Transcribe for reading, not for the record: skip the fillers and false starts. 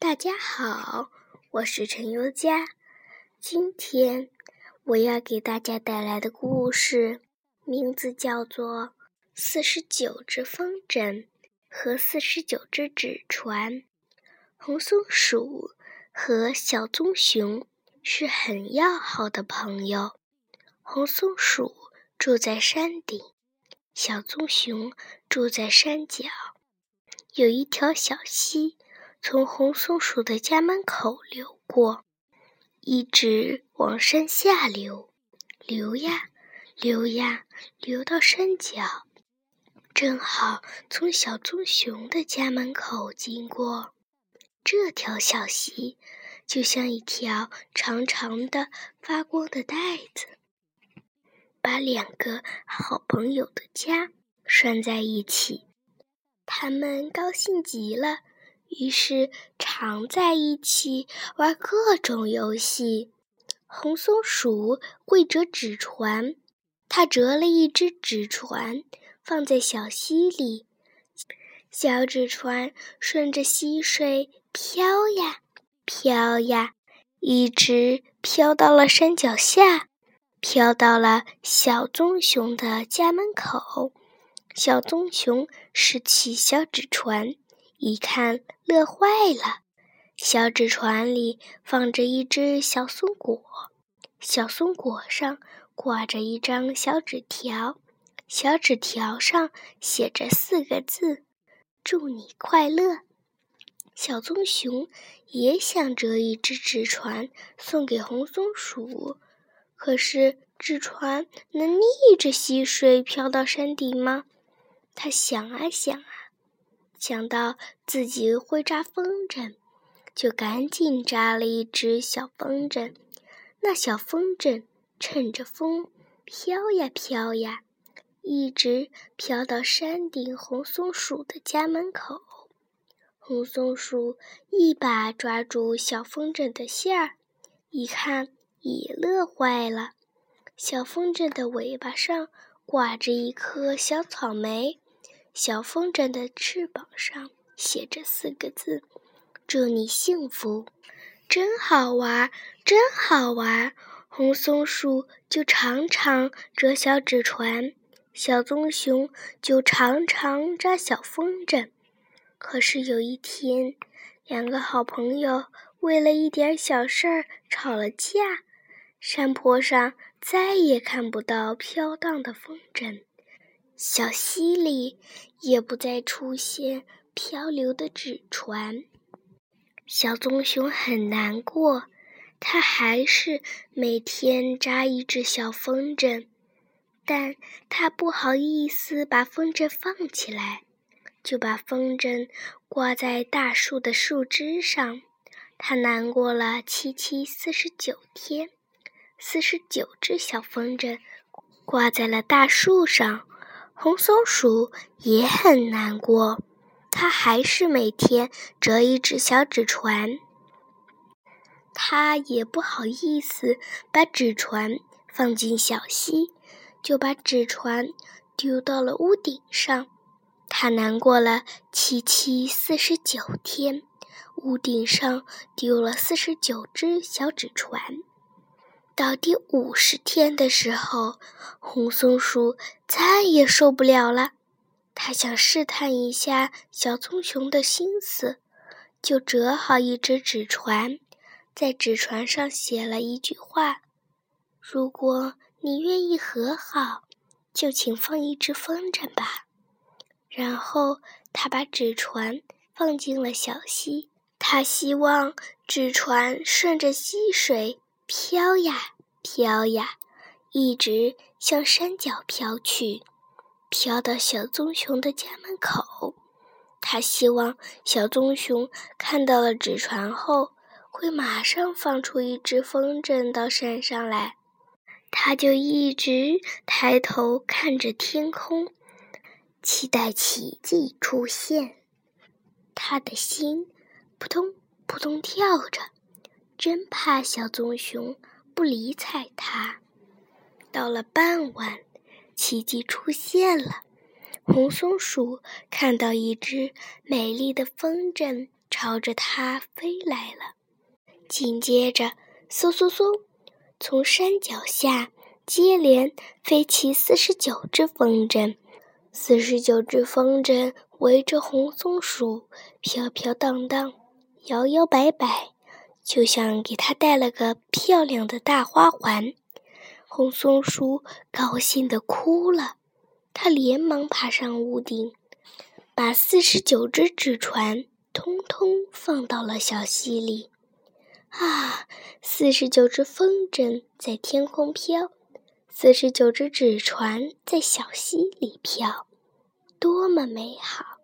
大家好，我是陈优佳。今天我要给大家带来的故事名字叫做49只风筝和49只纸船。红松鼠和小棕熊是很要好的朋友。红松鼠住在山顶，小棕熊住在山脚。有一条小溪从红松鼠的家门口流过，一直往山下流，流呀流呀，流到山脚，正好从小棕熊的家门口经过。这条小溪就像一条长长的发光的带子，把两个好朋友的家拴在一起。他们高兴极了，于是常在一起玩各种游戏。红松鼠会折纸船，它折了一只纸船放在小溪里，小纸船顺着溪水飘呀飘呀，一直飘到了山脚下，飘到了小棕熊的家门口。小棕熊拾起小纸船，一看乐坏了。小纸船里放着一只小松果，小松果上挂着一张小纸条，小纸条上写着4个字：祝你快乐。小棕熊也想折一只纸船送给红松鼠，可是纸船能逆着溪水飘到山顶吗？他想啊想啊，想到自己会扎风筝，就赶紧扎了一只小风筝。那小风筝趁着风飘呀飘呀，一直飘到山顶红松鼠的家门口。红松鼠一把抓住小风筝的线儿，一看也乐坏了。小风筝的尾巴上挂着一颗小草莓，小风筝的翅膀上写着4个字：祝你幸福。真好玩，真好玩。红松鼠就常常折小纸船，小棕熊就常常扎小风筝。可是有一天，两个好朋友为了一点小事儿吵了架，山坡上再也看不到飘荡的风筝，小溪里也不再出现漂流的纸船。小棕熊很难过，它还是每天扎一只小风筝，但它不好意思把风筝放起来，就把风筝挂在大树的树枝上。它难过了749天，49只小风筝挂在了大树上。红松鼠也很难过，它还是每天折一只小纸船。它也不好意思把纸船放进小溪，就把纸船丢到了屋顶上。它难过了749天，屋顶上丢了49只小纸船。到第50天的时候，红松鼠再也受不了了。他想试探一下小棕熊的心思，就折好一只纸船，在纸船上写了一句话：如果你愿意和好，就请放一只风筝吧。然后他把纸船放进了小溪，他希望纸船顺着溪水飘呀飘呀，一直向山脚飘去，飘到小棕熊的家门口。他希望小棕熊看到了纸船后，会马上放出一只风筝到山上来。他就一直抬头看着天空，期待奇迹出现。他的心扑通扑通跳着，真怕小棕熊不理睬他。到了傍晚，奇迹出现了。 红松鼠看到一只美丽的风筝朝着它飞来了，紧接着嗖嗖嗖，从山脚下接连飞起49只风筝，49只风筝围着红松鼠飘飘荡荡，摇摇摆摆，就像给它戴了个漂亮的大花环。红松鼠高兴地哭了，它连忙爬上屋顶，把49只纸船通通放到了小溪里。啊，49只风筝在天空飘，49只纸船在小溪里飘，多么美好！